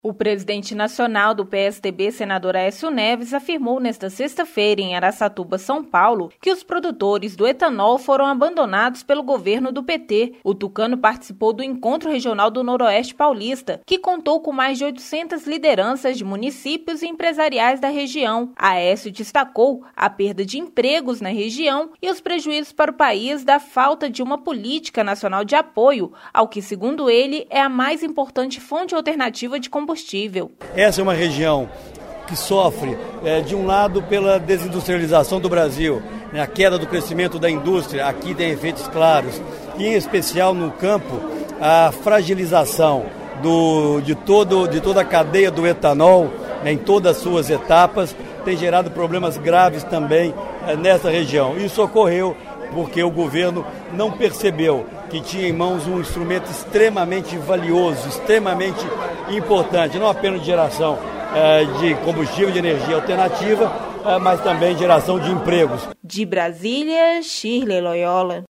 O presidente nacional do PSDB, senador Aécio Neves, afirmou nesta sexta-feira em Araçatuba, São Paulo, que os produtores do etanol foram abandonados pelo governo do PT. O tucano participou do Encontro Regional do Noroeste Paulista, que contou com mais de 800 lideranças de municípios e empresariais da região. Aécio destacou a perda de empregos na região e os prejuízos para o país da falta de uma política nacional de apoio ao que, segundo ele, é a mais importante fonte alternativa de combustível. Essa é uma região que sofre, de um lado, pela desindustrialização do Brasil, a queda do crescimento da indústria, aqui tem efeitos claros, e em especial no campo, a fragilização de toda a cadeia do etanol, em todas as suas etapas, tem gerado problemas graves também nessa região. Isso ocorreu porque o governo não percebeu que tinha em mãos um instrumento extremamente valioso, extremamente importante, não apenas de geração de combustível, de energia alternativa, mas também geração de empregos. De Brasília, Shirley Loyola.